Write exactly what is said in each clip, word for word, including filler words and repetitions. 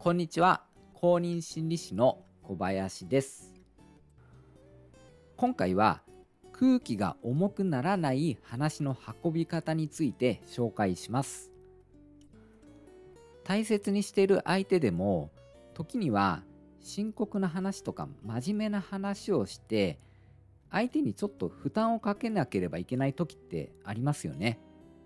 こんにちは。公認心理師の小林です。今回は空気が重くならない話の運び方について紹介します。大切にしている相手でも、時には深刻な話とか真面目な話をして、相手にちょっと負担をかけなければいけない時ってありますよね。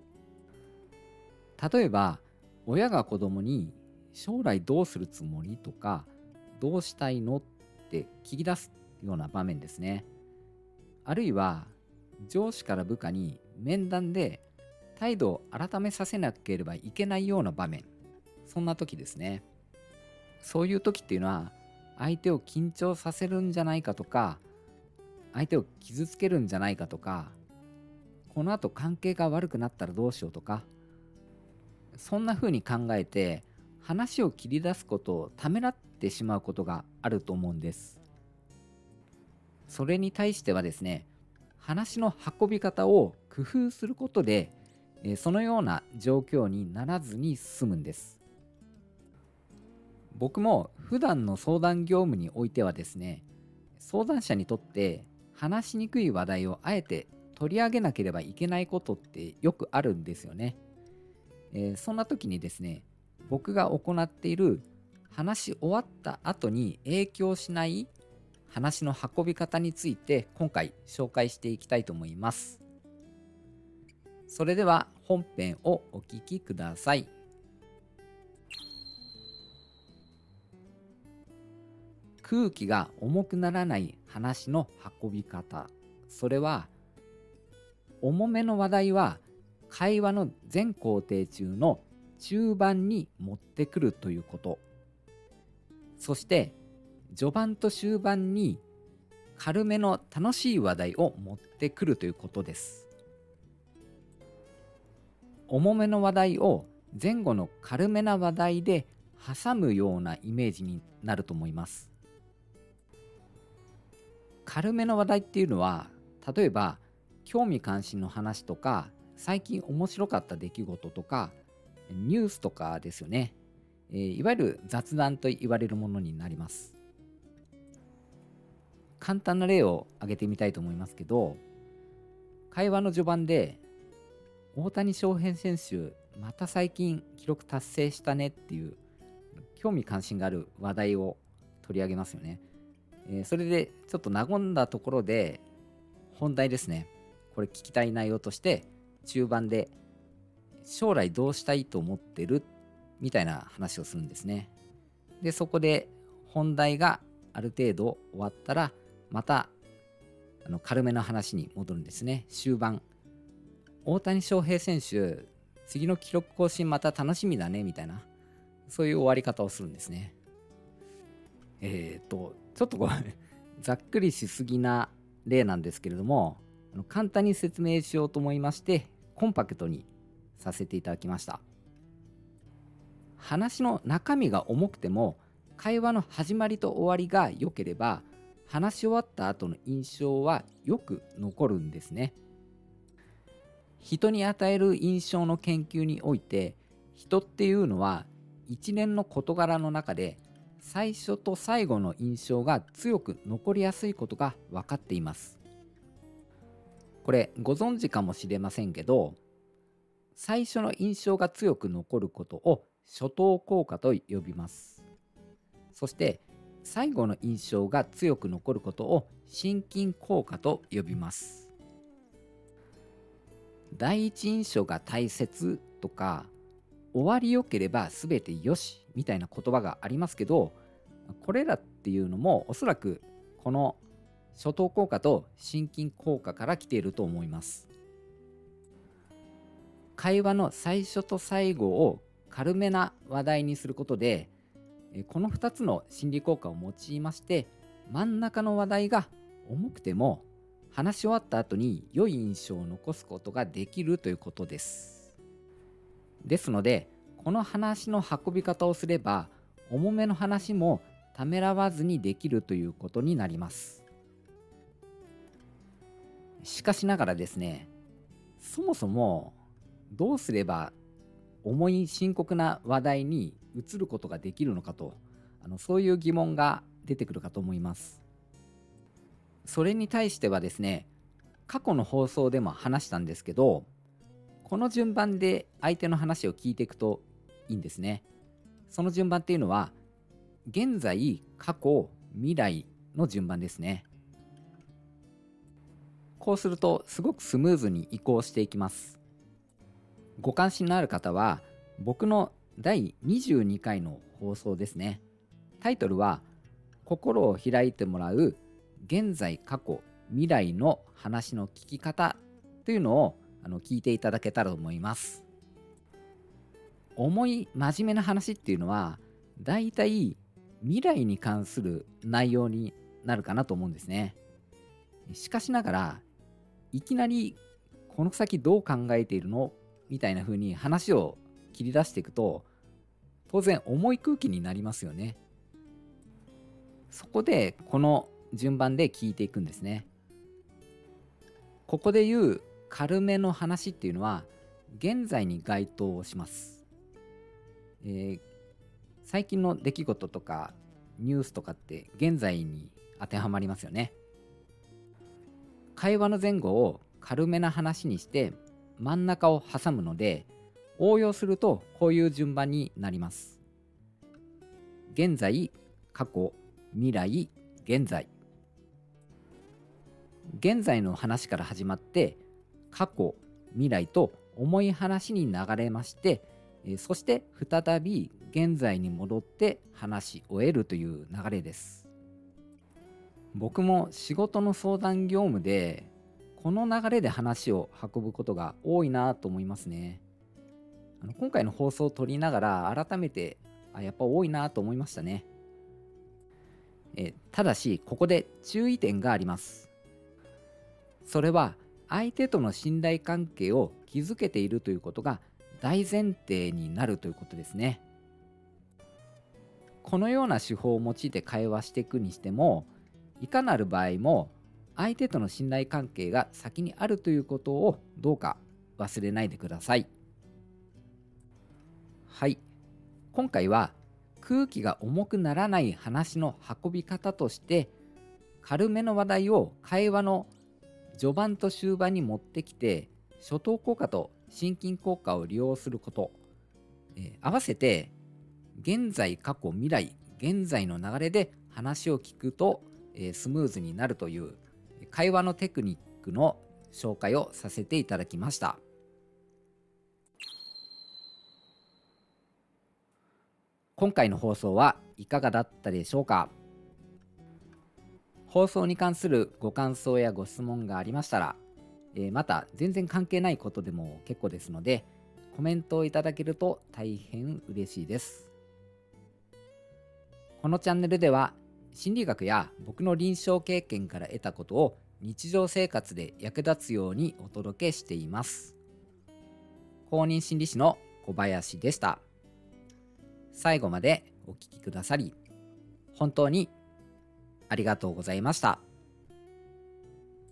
例えば、親が子供に将来どうするつもりとか、どうしたいのって聞き出すような場面ですね。あるいは、上司から部下に面談で態度を改めさせなければいけないような場面。そんな時ですね。そういう時っていうのは、相手を緊張させるんじゃないかとか、相手を傷つけるんじゃないかとか、この後関係が悪くなったらどうしようとか、そんな風に考えて話を切り出すことをためらってしまうことがあると思うんです。それに対してはですね、話の運び方を工夫することで、えーそのような状況にならずに済むんです。僕も普段の相談業務においてはですね、相談者にとって話しにくい話題をあえて取り上げなければいけないことってよくあるんですよね。えーそんな時にですね、僕が行っている話し終わった後に影響しない話の運び方について今回紹介していきたいと思います。それでは本編をお聞きください。空気が重くならない話の運び方。それは、重めの話題は会話の全工程中の中盤に持ってくるということ。そして序盤と終盤に軽めの楽しい話題を持ってくるということです。重めの話題を前後の軽めな話題で挟むようなイメージになると思います。軽めの話題っていうのは、例えば興味関心の話とか、最近面白かった出来事とか、ニュースとかですよね。えーいわゆる雑談と言われるものになります。簡単な例を挙げてみたいと思いますけど、会話の序盤で大谷翔平選手また最近記録達成したねっていう興味関心がある話題を取り上げますよね。えーそれでちょっと和んだところで本題ですね。これ聞きたい内容として中盤で将来どうしたいと思ってるみたいな話をするんですね。で、そこで本題がある程度終わったら、またあの軽めの話に戻るんですね。終盤、大谷翔平選手、次の記録更新また楽しみだねみたいな、そういう終わり方をするんですね。えっと、ちょっとこれざっくりしすぎな例なんですけれども、あの簡単に説明しようと思いまして、コンパクトにさせていただきました。話の中身が重くても、会話の始まりと終わりが良ければ、話し終わった後の印象はよく残るんですね。人に与える印象の研究において、人っていうのは一連の事柄の中で最初と最後の印象が強く残りやすいことが分かっています。これご存知かもしれませんけど、最初の印象が強く残ることを初頭効果と呼びます。そして最後の印象が強く残ることを心筋効果と呼びます。第一印象が大切とか、終わり良ければ全てよしみたいな言葉がありますけど、これらっていうのもおそらくこの初頭効果と心筋効果から来ていると思います。会話の最初と最後を軽めな話題にすることで、えこのふたつの心理効果を用いまして、真ん中の話題が重くても話し終わった後に良い印象を残すことができるということです。ですので、この話の運び方をすれば、重めの話もためらわずにできるということになります。しかしながらですね、そもそもどうすれば重い深刻な話題に移ることができるのかと、あのそういう疑問が出てくるかと思います。それに対してはですね、過去の放送でも話したんですけど、この順番で相手の話を聞いていくといいんですね。その順番っていうのは、現在、過去、未来の順番ですね。こうするとすごくスムーズに移行していきます。ご関心のある方は、僕のだいにじゅうにかいの放送ですね。タイトルは、心を開いてもらう現在、過去、未来の話の聞き方というのをあの聞いていただけたらと思います。重い真面目な話っていうのは、だいたい未来に関する内容になるかなと思うんですね。しかしながら、いきなりこの先どう考えているのみたいな風に話を切り出していくと、当然重い空気になりますよね。そこでこの順番で聞いていくんですね。ここで言う軽めの話っていうのは、現在に該当をします。えー最近の出来事とかニュースとかって現在に当てはまりますよね。会話の前後を軽めな話にして真ん中を挟むので、応用するとこういう順番になります。現在、過去、未来、現在。現在の話から始まって、過去、未来と重い話に流れまして、えーそして再び現在に戻って話し終えるという流れです。僕も仕事の相談業務でこの流れで話を運ぶことが多いなと思いますね。あの今回の放送を取りながら改めてあやっぱ多いなと思いましたね。えただしここで注意点があります。それは相手との信頼関係を築けているということが大前提になるということですね。このような手法を用いて会話していくにしても、いかなる場合も相手との信頼関係が先にあるということをどうか忘れないでください。はい、今回は空気が重くならない話の運び方として、軽めの話題を会話の序盤と終盤に持ってきて、初等効果と心筋効果を利用すること、えー合わせて現在、過去、未来、現在の流れで話を聞くと、えースムーズになるという会話のテクニックの紹介をさせていただきました。今回の放送はいかがだったでしょうか。放送に関するご感想やご質問がありましたら、えーまた全然関係ないことでも結構ですので、コメントをいただけると大変嬉しいです。このチャンネルでは心理学や僕の臨床経験から得たことを日常生活で役立つようにお届けしています。公認心理師の小林でした。最後までお聞きくださり本当にありがとうございました。